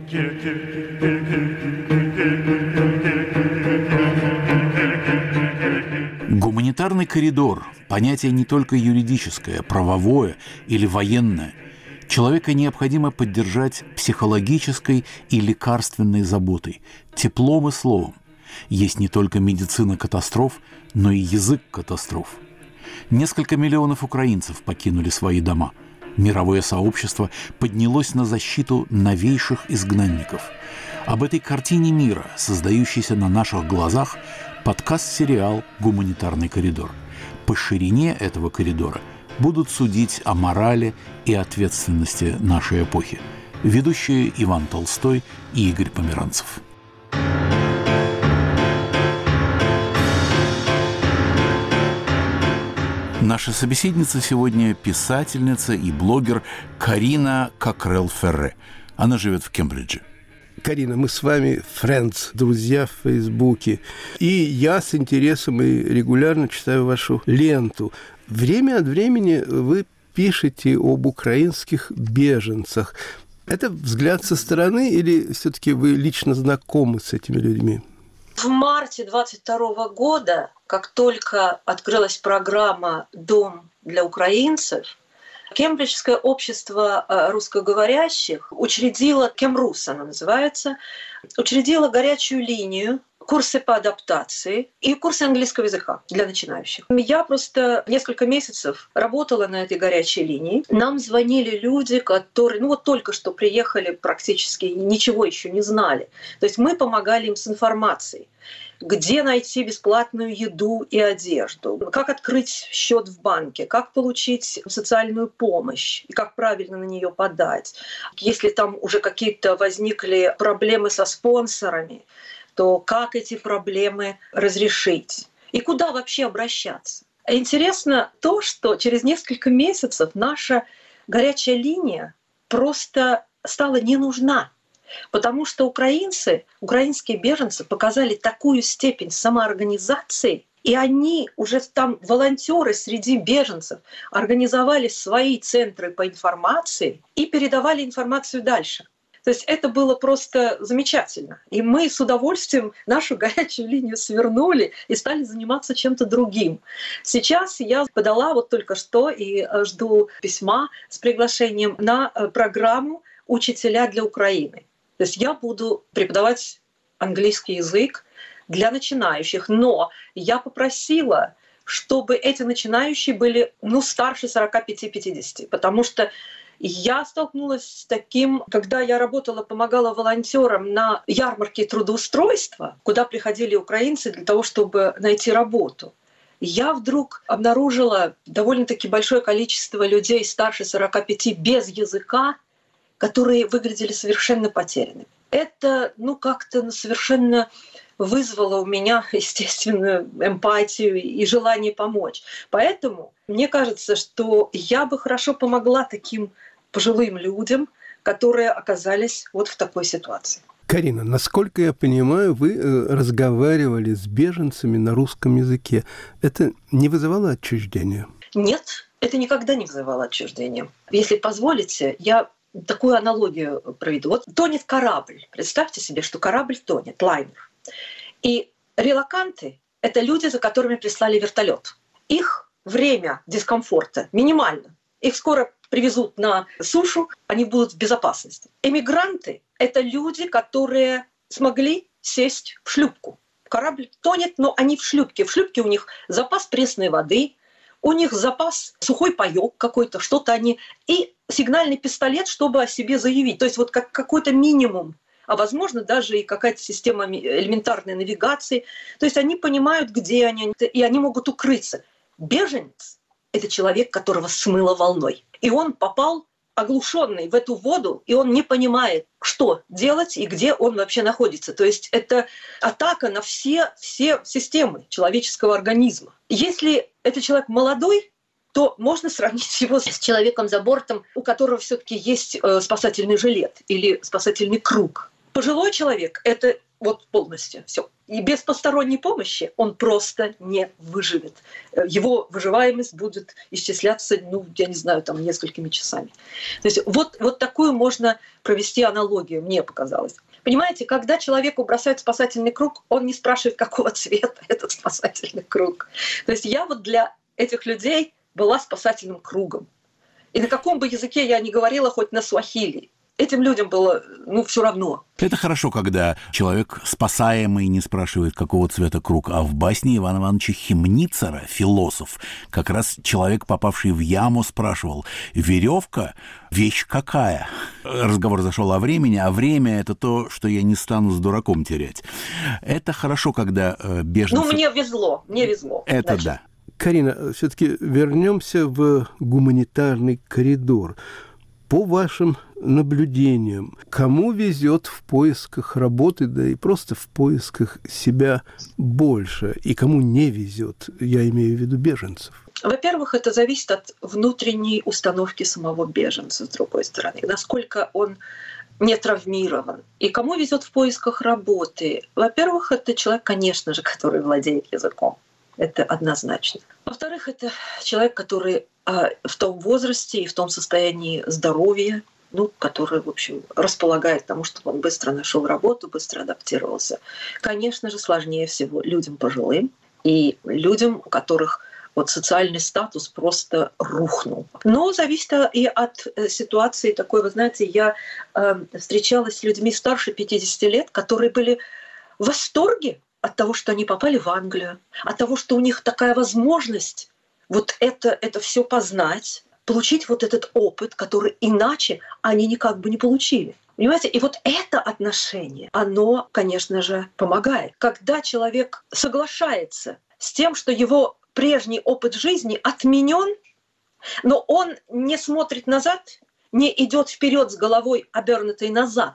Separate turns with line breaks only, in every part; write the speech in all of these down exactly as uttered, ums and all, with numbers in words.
Гуманитарный коридор – понятие не только юридическое, правовое или военное. Человека необходимо поддержать психологической и лекарственной заботой, теплом и словом. Есть не только медицина катастроф, но и язык катастроф. Несколько миллионов украинцев покинули свои дома. Мировое сообщество поднялось на защиту новейших изгнанников. Об этой картине мира, создающейся на наших глазах, подкаст-сериал «Гуманитарный коридор». По ширине этого коридора будут судить о морали и ответственности нашей эпохи. Ведущие Иван Толстой и Игорь Померанцев. Наша собеседница сегодня писательница и блогер Карина Кокрелл-Ферре. Она живет в Кембридже.
Карина, мы с вами friends, друзья в Фейсбуке. И я с интересом и регулярно читаю вашу ленту. Время от времени вы пишете об украинских беженцах. Это взгляд со стороны или все-таки вы лично знакомы с этими людьми?
В марте двадцать второго года, как только открылась программа «Дом для украинцев», Кембриджское общество русскоговорящих учредило, Кемрус она называется, учредило горячую линию, курсы по адаптации и курсы английского языка для начинающих. Я просто несколько месяцев работала на этой горячей линии. Нам звонили люди, которые ну вот только что приехали, практически ничего еще не знали. То есть мы помогали им с информацией. Где найти бесплатную еду и одежду, как открыть счет в банке, как получить социальную помощь и как правильно на нее подать. Если там уже какие-то возникли проблемы со спонсорами, то как эти проблемы разрешить и куда вообще обращаться. Интересно то, что через несколько месяцев наша горячая линия просто стала не нужна. Потому что украинцы, украинские беженцы показали такую степень самоорганизации, и они уже там, волонтеры среди беженцев, организовали свои центры по информации и передавали информацию дальше. То есть это было просто замечательно. И мы с удовольствием нашу горячую линию свернули и стали заниматься чем-то другим. Сейчас я подала вот только что и жду письма с приглашением на программу «Учителя для Украины». То есть я буду преподавать английский язык для начинающих, но я попросила, чтобы эти начинающие были ну, старше сорок пять - пятьдесят, потому что я столкнулась с таким, когда я работала, помогала волонтерам на ярмарке трудоустройства, куда приходили украинцы для того, чтобы найти работу. Я вдруг обнаружила довольно-таки большое количество людей старше сорок пять без языка, которые выглядели совершенно потерянными. Это, ну, как-то совершенно вызвало у меня естественную эмпатию и желание помочь. Поэтому мне кажется, что я бы хорошо помогла таким пожилым людям, которые оказались вот в такой ситуации.
Карина, насколько я понимаю, вы разговаривали с беженцами на русском языке. Это не вызывало отчуждения?
Нет, это никогда не вызывало отчуждения. Если позволите, я такую аналогию проведу. Вот тонет корабль. Представьте себе, что корабль тонет, лайнер. И релоканты — это люди, за которыми прислали вертолет. Их время дискомфорта минимально. Их скоро привезут на сушу, они будут в безопасности. Эмигранты — это люди, которые смогли сесть в шлюпку. Корабль тонет, но они в шлюпке. В шлюпке у них запас пресной воды, у них запас сухой паёк какой-то, что-то они... И сигнальный пистолет, чтобы о себе заявить. То есть вот как какой-то минимум, а возможно даже и какая-то система элементарной навигации. То есть они понимают, где они, и они могут укрыться. Беженец — это человек, которого смыло волной. И он попал оглушенный в эту воду, и он не понимает, что делать и где он вообще находится. То есть это атака на все, все системы человеческого организма. Если это человек молодой, то можно сравнить его с человеком за бортом, у которого все-таки есть спасательный жилет или спасательный круг. Пожилой человек — это вот полностью все. И без посторонней помощи он просто не выживет. Его выживаемость будет исчисляться, ну, я не знаю, там, несколькими часами. То есть вот, вот такую можно провести аналогию, мне показалось. Понимаете, когда человеку бросают спасательный круг, он не спрашивает, какого цвета этот спасательный круг. То есть я вот для этих людей была спасательным кругом. И на каком бы языке я ни говорила, хоть на суахили, этим людям было, ну, все равно.
Это хорошо, когда человек, спасаемый, не спрашивает, какого цвета круг. А в басне Ивана Ивановича Хемницера, философ, как раз человек, попавший в яму, спрашивал: веревка — вещь какая? Разговор зашел о времени, а время — это то, что я не стану с дураком терять. Это хорошо, когда беженцы...
Ну, мне везло, мне везло.
Это
значит.
Да.
Карина, все-таки вернемся в гуманитарный коридор. По вашим наблюдениям, кому везет в поисках работы, да и просто в поисках себя больше, и кому не везет, я имею в виду беженцев?
Во-первых, это зависит от внутренней установки самого беженца, с другой стороны, насколько он не травмирован. И кому везет в поисках работы? Во-первых, это человек, конечно же, который владеет языком. Это однозначно. Во-вторых, это человек, который э, в том возрасте и в том состоянии здоровья, ну, который, в общем, располагает к тому, чтобы он быстро нашел работу, быстро адаптировался. Конечно же, сложнее всего людям пожилым и людям, у которых вот социальный статус просто рухнул. Но зависит и от ситуации такой. Вы знаете, я э, встречалась с людьми старше пятидесяти лет, которые были в восторге от того, что они попали в Англию, от того, что у них такая возможность вот это, это все познать, получить вот этот опыт, который иначе они никак бы не получили. Понимаете? И вот это отношение, оно, конечно же, помогает. Когда человек соглашается с тем, что его прежний опыт жизни отменен, но он не смотрит назад, не идет вперед с головой, обернутой назад,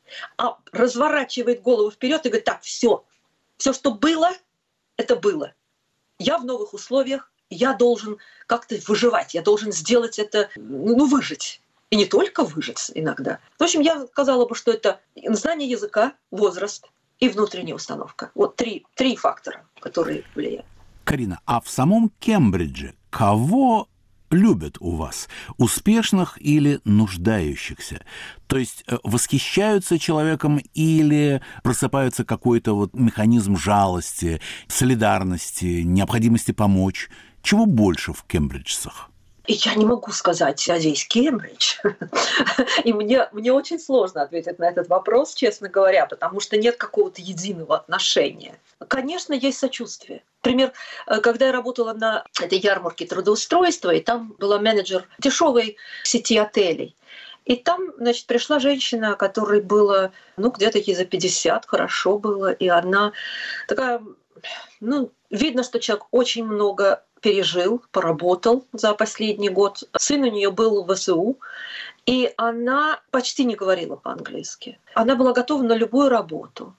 а разворачивает голову вперед и говорит: так, все. Все, что было, это было. Я в новых условиях, я должен как-то выживать, я должен сделать это, ну, выжить. И не только выжить иногда. В общем, я сказала бы, что это знание языка, возраст и внутренняя установка. Вот три, три фактора, которые влияют.
Карина, а в самом Кембридже кого любят у вас? Успешных или нуждающихся? То есть восхищаются человеком или просыпается какой-то вот механизм жалости, солидарности, необходимости помочь? Чего больше в кембриджцах?
И я не могу сказать, а здесь Кембридж. И мне, мне очень сложно ответить на этот вопрос, честно говоря, потому что нет какого-то единого отношения. Конечно, есть сочувствие. Например, когда я работала на этой ярмарке трудоустройства, и там была менеджер дешевой сети отелей. И там, значит, пришла женщина, которой было, ну, где-то ей за пятьдесят, хорошо было, и она такая, ну, видно, что человек очень много пережил, поработал за последний год. Сын у нее был в ВСУ, и она почти не говорила по-английски. Она была готова на любую работу.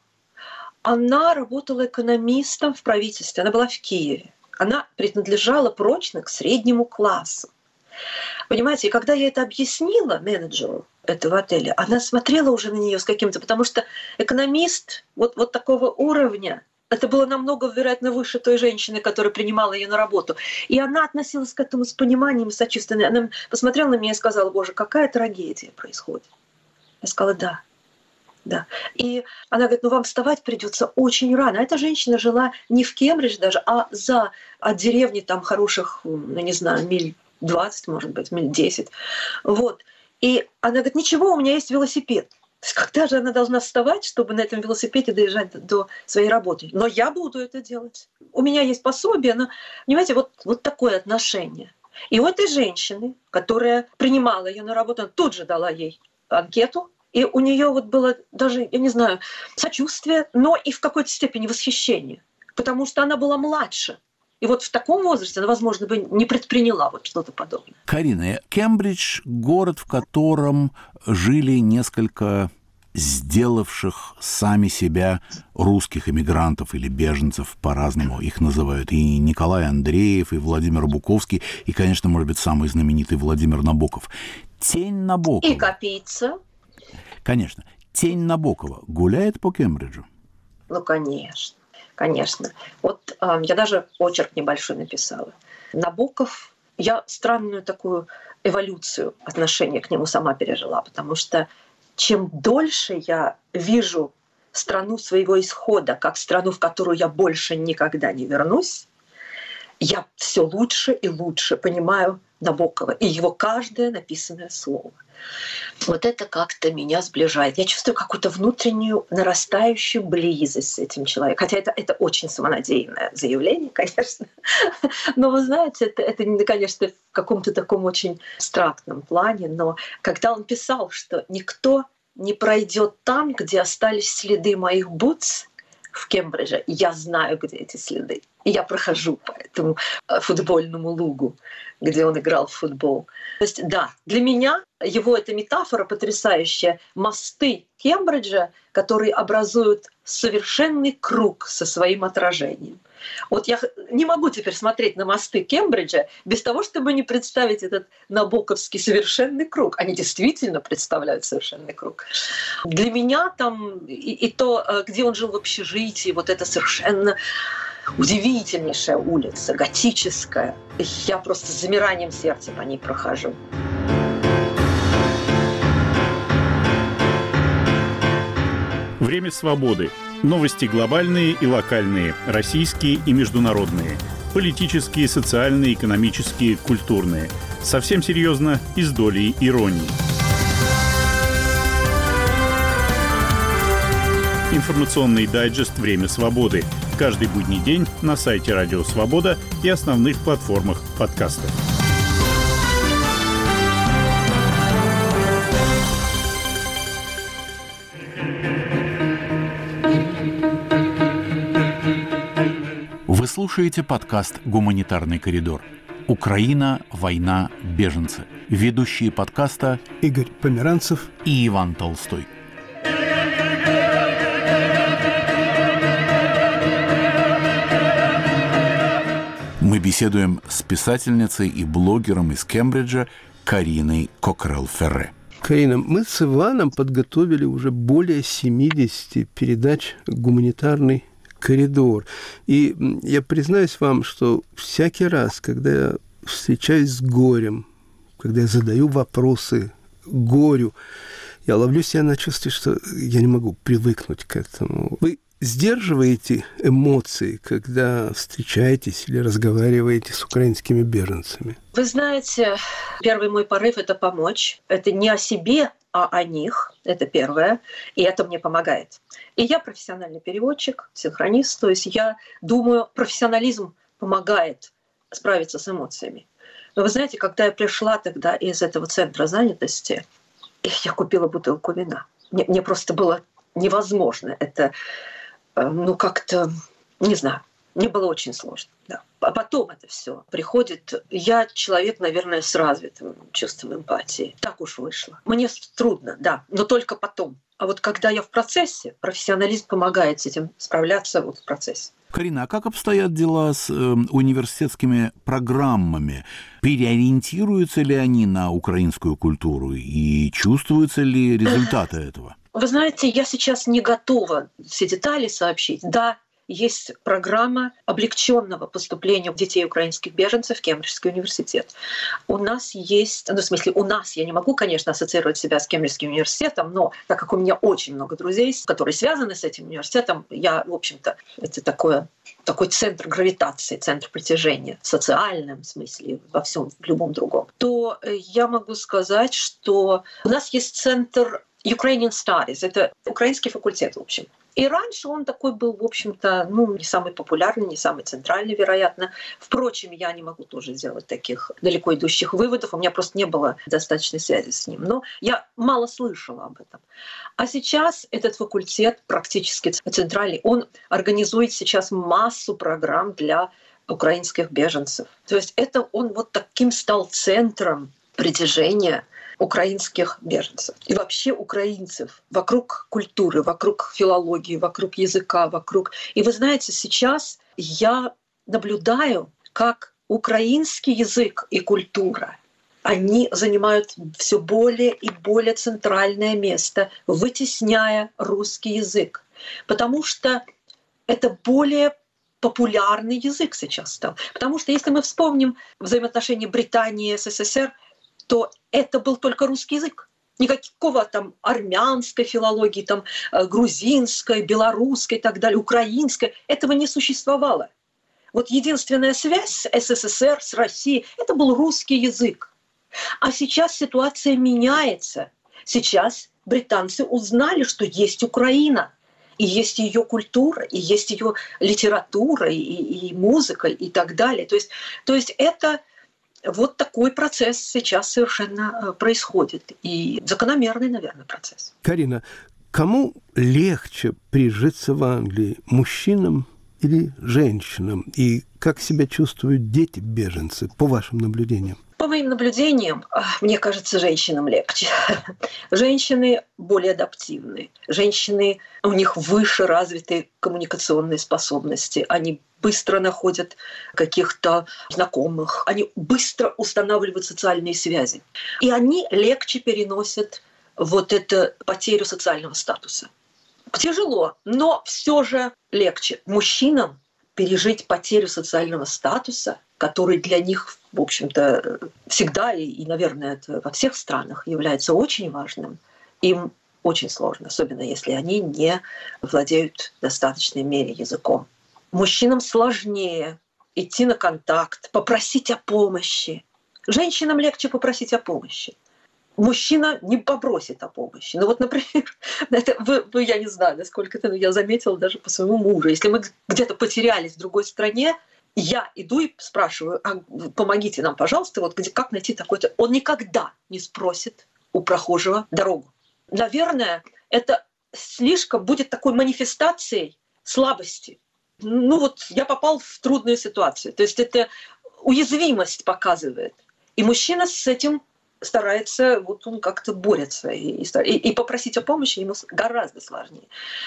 Она работала экономистом в правительстве, она была в Киеве. Она принадлежала прочно к среднему классу. Понимаете, и когда я это объяснила менеджеру этого отеля, она смотрела уже на нее с каким-то, потому что экономист вот, вот такого уровня, это было намного, вероятно, выше той женщины, которая принимала ее на работу. И она относилась к этому с пониманием и сочувствием. Она посмотрела на меня и сказала: боже, какая трагедия происходит. Я сказала: да, да. И она говорит: ну вам вставать придется очень рано. А эта женщина жила не в Кембридже даже, а за от деревни там хороших, ну не знаю, миль двадцать, может быть, миль десять. Вот. И она говорит: ничего, у меня есть велосипед. То есть когда же она должна вставать, чтобы на этом велосипеде доезжать до своей работы? Но я буду это делать. У меня есть пособие, но, понимаете, вот, вот такое отношение. И у этой женщины, которая принимала ее на работу, она тут же дала ей анкету, и у нее вот было даже, я не знаю, сочувствие, но и в какой-то степени восхищение, потому что она была младше. И вот в таком возрасте она, возможно, бы не предприняла вот что-то подобное.
Карина, Кембридж – город, в котором жили несколько сделавших сами себя русских эмигрантов или беженцев, по-разному их называют. И Николай Андреев, и Владимир Буковский, и, конечно, может быть, самый знаменитый Владимир Набоков. Тень Набокова.
И Капица.
Конечно. Тень Набокова гуляет по Кембриджу?
Ну, конечно. конечно. Вот э, я даже очерк небольшой написала. Набоков, я странную такую эволюцию отношения к нему сама пережила, потому что чем дольше я вижу страну своего исхода, как страну, в которую я больше никогда не вернусь, я все лучше и лучше понимаю Набокова и его каждое написанное слово. Вот это как-то меня сближает. Я чувствую какую-то внутреннюю нарастающую близость с этим человеком. Хотя это, это очень самонадеянное заявление, конечно. Но вы знаете, это, это, конечно, в каком-то таком очень абстрактном плане. Но когда он писал, что никто не пройдет там, где остались следы моих бутс в Кембридже, я знаю, где эти следы. И я прохожу по этому футбольному лугу, где он играл в футбол. То есть, да, для меня его эта метафора потрясающая. Мосты Кембриджа, которые образуют совершенный круг со своим отражением. Вот я не могу теперь смотреть на мосты Кембриджа без того, чтобы не представить этот набоковский совершенный круг. Они действительно представляют совершенный круг. Для меня там и, и то, где он жил в общежитии, вот это совершенно удивительнейшая улица, готическая. Я просто с замиранием сердца по ней прохожу.
Время свободы. Новости глобальные и локальные, российские и международные. Политические, социальные, экономические, культурные. Совсем серьезно и с долей иронии. Информационный дайджест «Время свободы». Каждый будний день на сайте Радио Свобода и основных платформах подкастов.
Вы слушаете подкаст «Гуманитарный коридор». Украина, война, беженцы. Ведущие подкаста
Игорь Померанцев
и Иван Толстой. Мы беседуем с писательницей и блогером из Кембриджа Кариной Кокрелл-Ферре.
Карина, мы с Иваном подготовили уже более семидесяти передач «Гуманитарный коридор». И я признаюсь вам, что всякий раз, когда я встречаюсь с горем, когда я задаю вопросы горю, я ловлю себя на чувстве, что я не могу привыкнуть к этому. Вы сдерживаете эмоции, когда встречаетесь или разговариваете с украинскими беженцами?
Вы знаете, первый мой порыв – это помочь. Это не о себе, а о них. Это первое. И это мне помогает. И я профессиональный переводчик, синхронист. То есть я думаю, профессионализм помогает справиться с эмоциями. Но вы знаете, когда я пришла тогда из этого центра занятости, я купила бутылку вина. Мне, мне просто было невозможно. Это, ну, как-то, не знаю, мне было очень сложно. Да. А потом это все приходит. Я человек, наверное, с развитым чувством эмпатии. Так уж вышло. Мне трудно, да, но только потом. А вот когда я в процессе, профессионализм помогает с этим справляться вот в процессе.
Карина, а как обстоят дела с э, университетскими программами? Переориентируются ли они на украинскую культуру? И чувствуются ли результаты этого?
Вы знаете, я сейчас не готова все детали сообщить. Да, есть программа облегченного поступления детей украинских беженцев в Кембриджский университет. У нас есть, ну, в смысле, у нас, я не могу, конечно, ассоциировать себя с Кембриджским университетом, но так как у меня очень много друзей, которые связаны с этим университетом, я, в общем-то, это такое, такой центр гравитации, центр притяжения в социальном смысле, во всем, в любом другом, то я могу сказать, что у нас есть центр Ukrainian Studies, это украинский факультет, в общем. И раньше он такой был, в общем-то, ну, не самый популярный, не самый центральный, вероятно. Впрочем, я не могу тоже сделать таких далеко идущих выводов. У меня просто не было достаточной связи с ним. Но я мало слышала об этом. А сейчас этот факультет, практически центральный, он организует сейчас массу программ для украинских беженцев. То есть это он вот таким стал центром притяжения украинских беженцев и вообще украинцев вокруг культуры, вокруг филологии, вокруг языка, вокруг... И вы знаете, сейчас я наблюдаю, как украинский язык и культура, они занимают все более и более центральное место, вытесняя русский язык. Потому что это более популярный язык сейчас стал. Потому что если мы вспомним взаимоотношения Британии и СССР, то это был только русский язык. Никакого там армянской филологии, там, грузинской, белорусской и так далее, украинской. Этого не существовало. Вот единственная связь СССР с Россией – это был русский язык. А сейчас ситуация меняется. Сейчас британцы узнали, что есть Украина, и есть ее культура, и есть ее литература, и, и музыка, и так далее. То есть, то есть это вот такой процесс сейчас совершенно происходит. И закономерный, наверное, процесс.
Карина, кому легче прижиться в Англии, мужчинам или женщинам? И как себя чувствуют дети-беженцы, по вашим наблюдениям?
По моим наблюдениям, мне кажется, женщинам легче. Женщины более адаптивны. Женщины, у них выше развиты коммуникационные способности. Они быстро находят каких-то знакомых. Они быстро устанавливают социальные связи. И они легче переносят вот эту потерю социального статуса. Тяжело, но все же легче мужчинам пережить потерю социального статуса, который для них, в общем-то, всегда и, и, наверное, это во всех странах является очень важным. Им очень сложно, особенно если они не владеют в достаточной мере языком. Мужчинам сложнее идти на контакт, попросить о помощи. Женщинам легче попросить о помощи. Мужчина не попросит о помощи. Ну вот, например, это, вы, вы, я не знаю, насколько это, но я заметила даже по своему мужу. Если мы где-то потерялись в другой стране, я иду и спрашиваю, а помогите нам, пожалуйста, вот где, как найти такой-то. Он никогда не спросит у прохожего дорогу. Наверное, это слишком будет такой манифестацией слабости. Ну вот я попал в трудную ситуацию. То есть это уязвимость показывает. И мужчина с этим старается, вот он как-то борется. И, и, и попросить о помощи ему гораздо сложнее.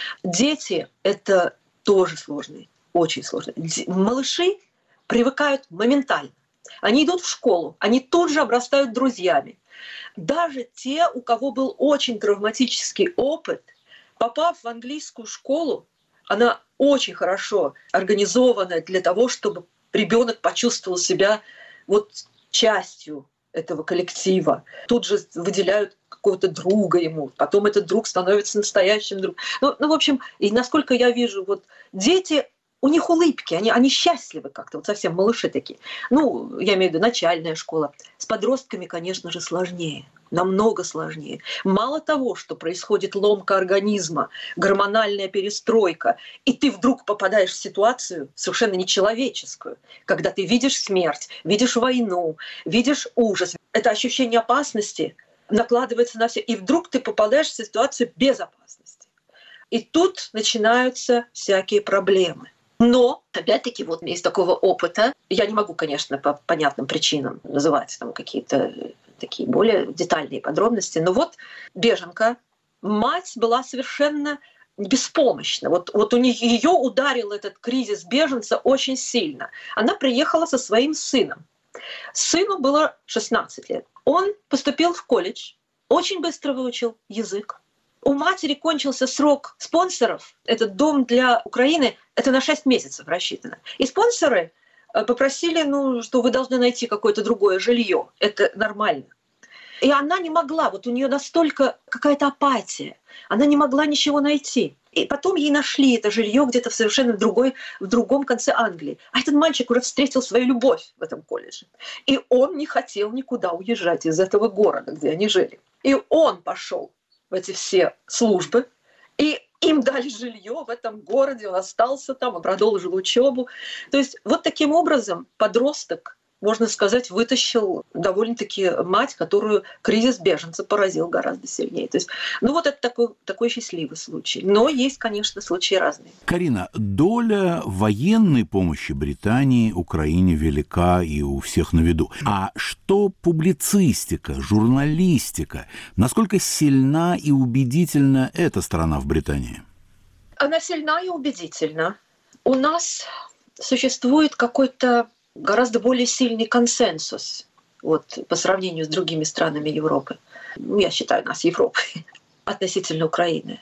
Дети — это тоже сложно. Очень сложно. Малыши привыкают моментально. Они идут в школу, они тут же обрастают друзьями. Даже те, у кого был очень травматический опыт, попав в английскую школу, она очень хорошо организована для того, чтобы ребенок почувствовал себя вот частью этого коллектива. Тут же выделяют какого-то друга ему, потом этот друг становится настоящим другом. Ну, ну в общем, и насколько я вижу, вот дети, у них улыбки, они, они счастливы как-то, вот совсем малыши такие. Ну, я имею в виду начальная школа. С подростками, конечно же, сложнее, намного сложнее. Мало того, что происходит ломка организма, гормональная перестройка, и ты вдруг попадаешь в ситуацию совершенно нечеловеческую, когда ты видишь смерть, видишь войну, видишь ужас. Это ощущение опасности накладывается на все, и вдруг ты попадаешь в ситуацию безопасности. И тут начинаются всякие проблемы. Но, опять-таки, вот из такого опыта, я не могу, конечно, по понятным причинам называть там какие-то такие более детальные подробности, но вот беженка, мать была совершенно беспомощна. Вот, вот у нее ее ударил этот кризис беженца очень сильно. Она приехала со своим сыном. Сыну было шестнадцать лет. Он поступил в колледж, очень быстро выучил язык. У матери кончился срок спонсоров. Этот дом для Украины — это на шесть месяцев рассчитано. И спонсоры попросили, ну, что вы должны найти какое-то другое жилье. Это нормально. И она не могла, вот у нее настолько какая-то апатия. Она не могла ничего найти. И потом ей нашли это жилье где-то в совершенно другой, в другом конце Англии. А этот мальчик уже встретил свою любовь в этом колледже. И он не хотел никуда уезжать из этого города, где они жили. И он пошел в эти все службы, и им дали жилье в этом городе, он остался там, он продолжил учебу. То есть вот таким образом подросток, можно сказать, вытащил довольно-таки мать, которую кризис беженца поразил гораздо сильнее. То есть, ну вот это такой, такой счастливый случай. Но есть, конечно, случаи разные.
Карина, доля военной помощи Британии Украине велика и у всех на виду. А что публицистика, журналистика? Насколько сильна и убедительна эта сторона в Британии?
Она сильна и убедительна. У нас существует какой-то гораздо более сильный консенсус вот, по сравнению с другими странами Европы. Ну, я считаю нас Европой относительно Украины.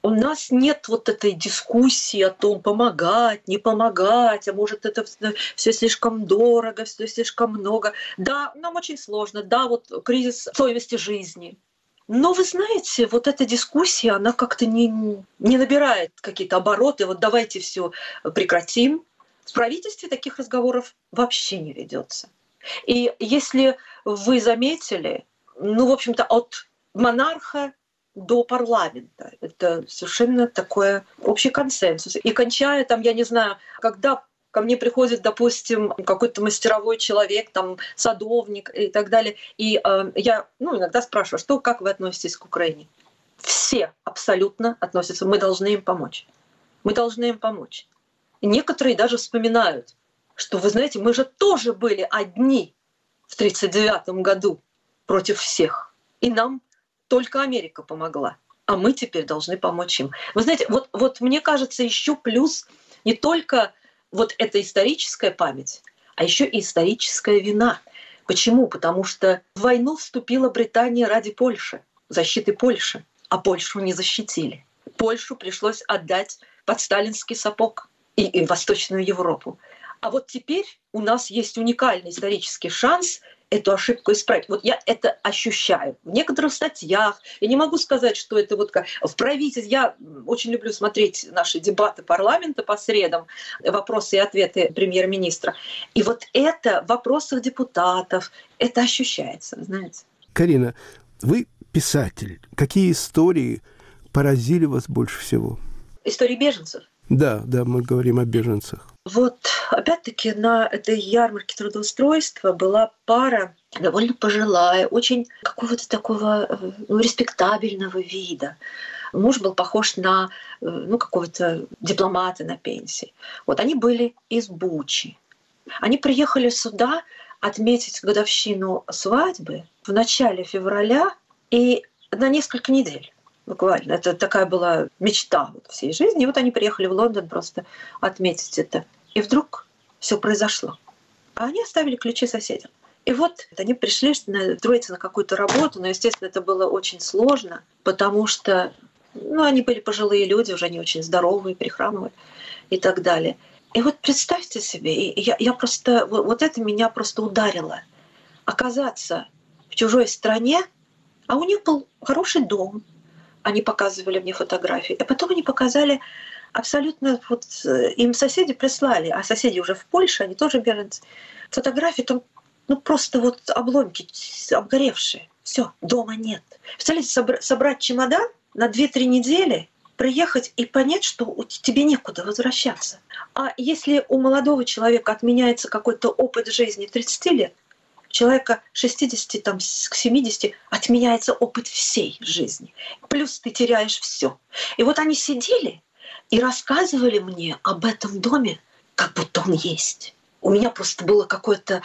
У нас нет вот этой дискуссии о том, помогать, не помогать, а может, это все слишком дорого, все слишком много. Да, нам очень сложно, да, вот кризис стоимости жизни. Но вы знаете, вот эта дискуссия, она как-то не, не набирает какие-то обороты. Вот давайте все прекратим. В правительстве таких разговоров вообще не ведется. И если вы заметили, ну, в общем-то, от монарха до парламента. Это совершенно такой общий консенсус. И кончая там, я не знаю, когда ко мне приходит, допустим, какой-то мастеровой человек, там, садовник и так далее, и э, я ну, иногда спрашиваю, что, как вы относитесь к Украине? Все абсолютно относятся, мы должны им помочь. Мы должны им помочь. И некоторые даже вспоминают, что, вы знаете, мы же тоже были одни в тридцать девятом году против всех. И нам только Америка помогла, а мы теперь должны помочь им. Вы знаете, вот, вот мне кажется, еще плюс не только вот эта историческая память, а еще и историческая вина. Почему? Потому что в войну вступила Британия ради Польши, защиты Польши, а Польшу не защитили. Польшу пришлось отдать под сталинский сапог и, и Восточную Европу. А вот теперь у нас есть уникальный исторический шанс эту ошибку исправить. Вот я это ощущаю в некоторых статьях. Я не могу сказать, что это вот как в правительстве. Я очень люблю смотреть наши дебаты парламента по средам, вопросы и ответы премьер-министра. И вот это в вопросах депутатов, это ощущается, знаете.
Карина, вы писатель. Какие истории поразили вас больше всего?
Истории беженцев.
Да, да, мы говорим о беженцах.
Вот, опять-таки, на этой ярмарке трудоустройства была пара довольно пожилая, очень какого-то такого ну, респектабельного вида. Муж был похож на ну, какого-то дипломата на пенсии. Вот они были из Бучи. Они приехали сюда отметить годовщину свадьбы в начале февраля и на несколько недель. Буквально. Это такая была мечта вот всей жизни. И вот они приехали в Лондон просто отметить это. И вдруг все произошло. А они оставили ключи соседям. И вот они пришли строиться на какую-то работу, но, естественно, это было очень сложно, потому что ну, они были пожилые люди, уже не очень здоровые, прихрамывали и так далее. И вот представьте себе, и я, я просто, вот это меня просто ударило. Оказаться в чужой стране, а у них был хороший дом, они показывали мне фотографии, а потом они показали абсолютно, вот им соседи прислали, а соседи уже в Польше, они тоже беженцы, фотографии там, ну просто вот обломки обгоревшие, все, дома нет. Представляете, собра- собрать чемодан на две-три недели, приехать и понять, что тебе некуда возвращаться. А если у молодого человека отменяется какой-то опыт жизни тридцать лет, человека шестидесяти там, к семидесяти отменяется опыт всей жизни. Плюс ты теряешь все. И вот они сидели и рассказывали мне об этом доме, как будто он есть. У меня просто было какое-то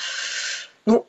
ну,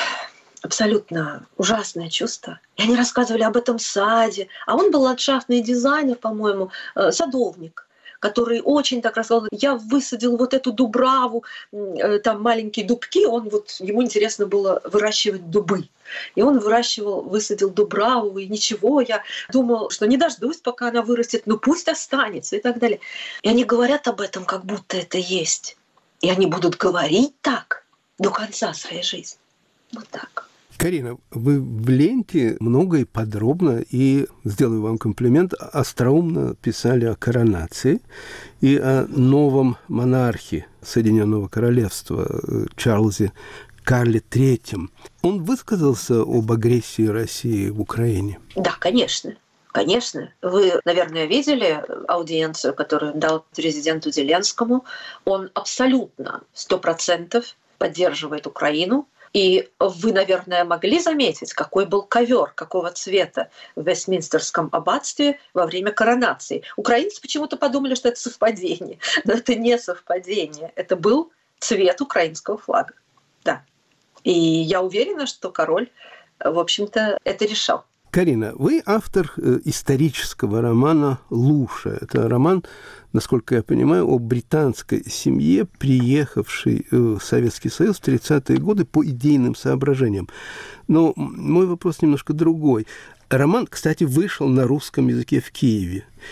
абсолютно ужасное чувство. И они рассказывали об этом саде. А он был ландшафтный дизайнер, по-моему, садовник, который очень так рассказал, я высадил вот эту дубраву, там маленькие дубки, он вот, ему интересно было выращивать дубы. И он выращивал, высадил дубраву, и ничего, я думал, что не дождусь, пока она вырастет, ну пусть останется и так далее. И они говорят об этом, как будто это есть. И они будут говорить так до конца своей жизни. Вот так.
Карина, вы в ленте много и подробно, и, сделаю вам комплимент, остроумно писали о коронации и о новом монархе Соединенного Королевства Чарльзе Карле Третьем. Он высказался об агрессии России в Украине?
Да, конечно. Конечно. Вы, наверное, видели аудиенцию, которую дал президенту Зеленскому. Он абсолютно, сто процентов поддерживает Украину. И вы, наверное, могли заметить, какой был ковер, какого цвета в Вестминстерском аббатстве во время коронации. Украинцы почему-то подумали, что это совпадение. Но это не совпадение. Это был цвет украинского флага. Да. И я уверена, что король, в общем-то, это решал.
Карина, вы автор исторического романа «Луша». Это роман, насколько я понимаю, о британской семье, приехавшей в Советский Союз в тридцатые годы по идейным соображениям. Но мой вопрос немножко другой. Роман, кстати, вышел на русском языке в Киеве.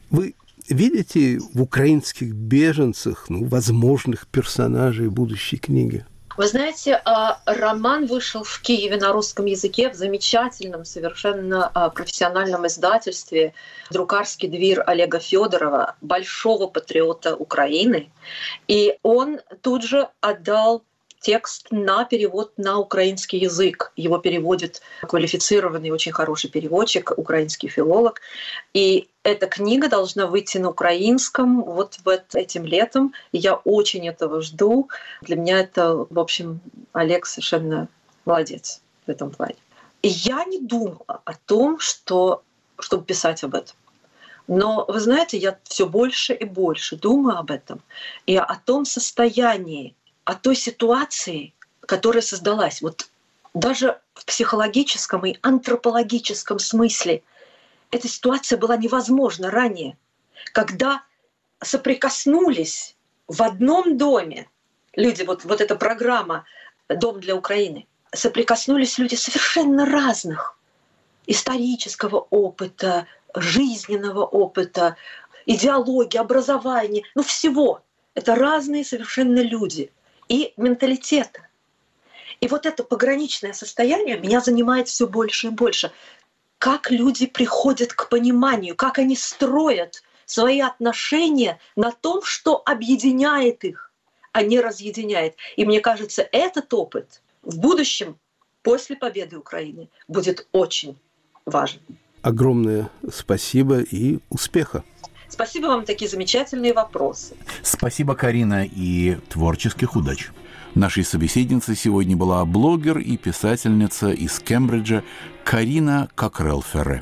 Вы видите в украинских беженцах, ну, возможных персонажей будущей книги?
Вы знаете, роман вышел в Киеве на русском языке в замечательном, совершенно профессиональном издательстве «Друкарский двір» Олега Федорова, большого патриота Украины. И он тут же отдал текст на перевод на украинский язык. Его переводит квалифицированный, очень хороший переводчик, украинский филолог. И эта книга должна выйти на украинском вот этим летом. И я очень этого жду. Для меня это, в общем, Олег совершенно молодец в этом плане. И я не думала о том, что, чтобы писать об этом. Но, вы знаете, я все больше и больше думаю об этом. И о том состоянии, о той ситуации, которая создалась. Вот даже в психологическом и антропологическом смысле эта ситуация была невозможна ранее, когда соприкоснулись в одном доме люди, вот, вот эта программа «Дом для Украины», соприкоснулись люди совершенно разных исторического опыта, жизненного опыта, идеологии, образования, ну всего. Это разные совершенно люди и менталитеты. И вот это пограничное состояние меня занимает все больше и больше. Как люди приходят к пониманию, как они строят свои отношения на том, что объединяет их, а не разъединяет. И мне кажется, этот опыт в будущем, после победы Украины, будет очень важен.
Огромное спасибо и успеха.
Спасибо вам, такие замечательные вопросы.
Спасибо, Карина, и творческих удач. Нашей собеседницей сегодня была блогер и писательница из Кембриджа Карина Кокрелл-Ферре.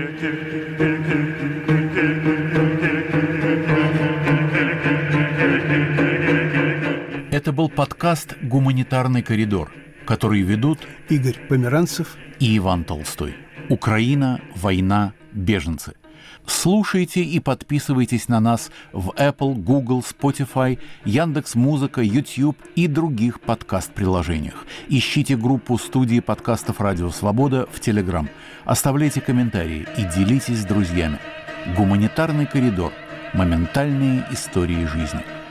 Это был подкаст «Гуманитарный коридор», который ведут
Игорь Померанцев
и Иван Толстой. Украина, война, беженцы. Слушайте и подписывайтесь на нас в Apple, Google, Spotify, Яндекс.Музыка, YouTube и других подкаст-приложениях. Ищите группу студии подкастов «Радио Свобода» в Telegram. Оставляйте комментарии и делитесь с друзьями. Гуманитарный коридор. Моментальные истории жизни.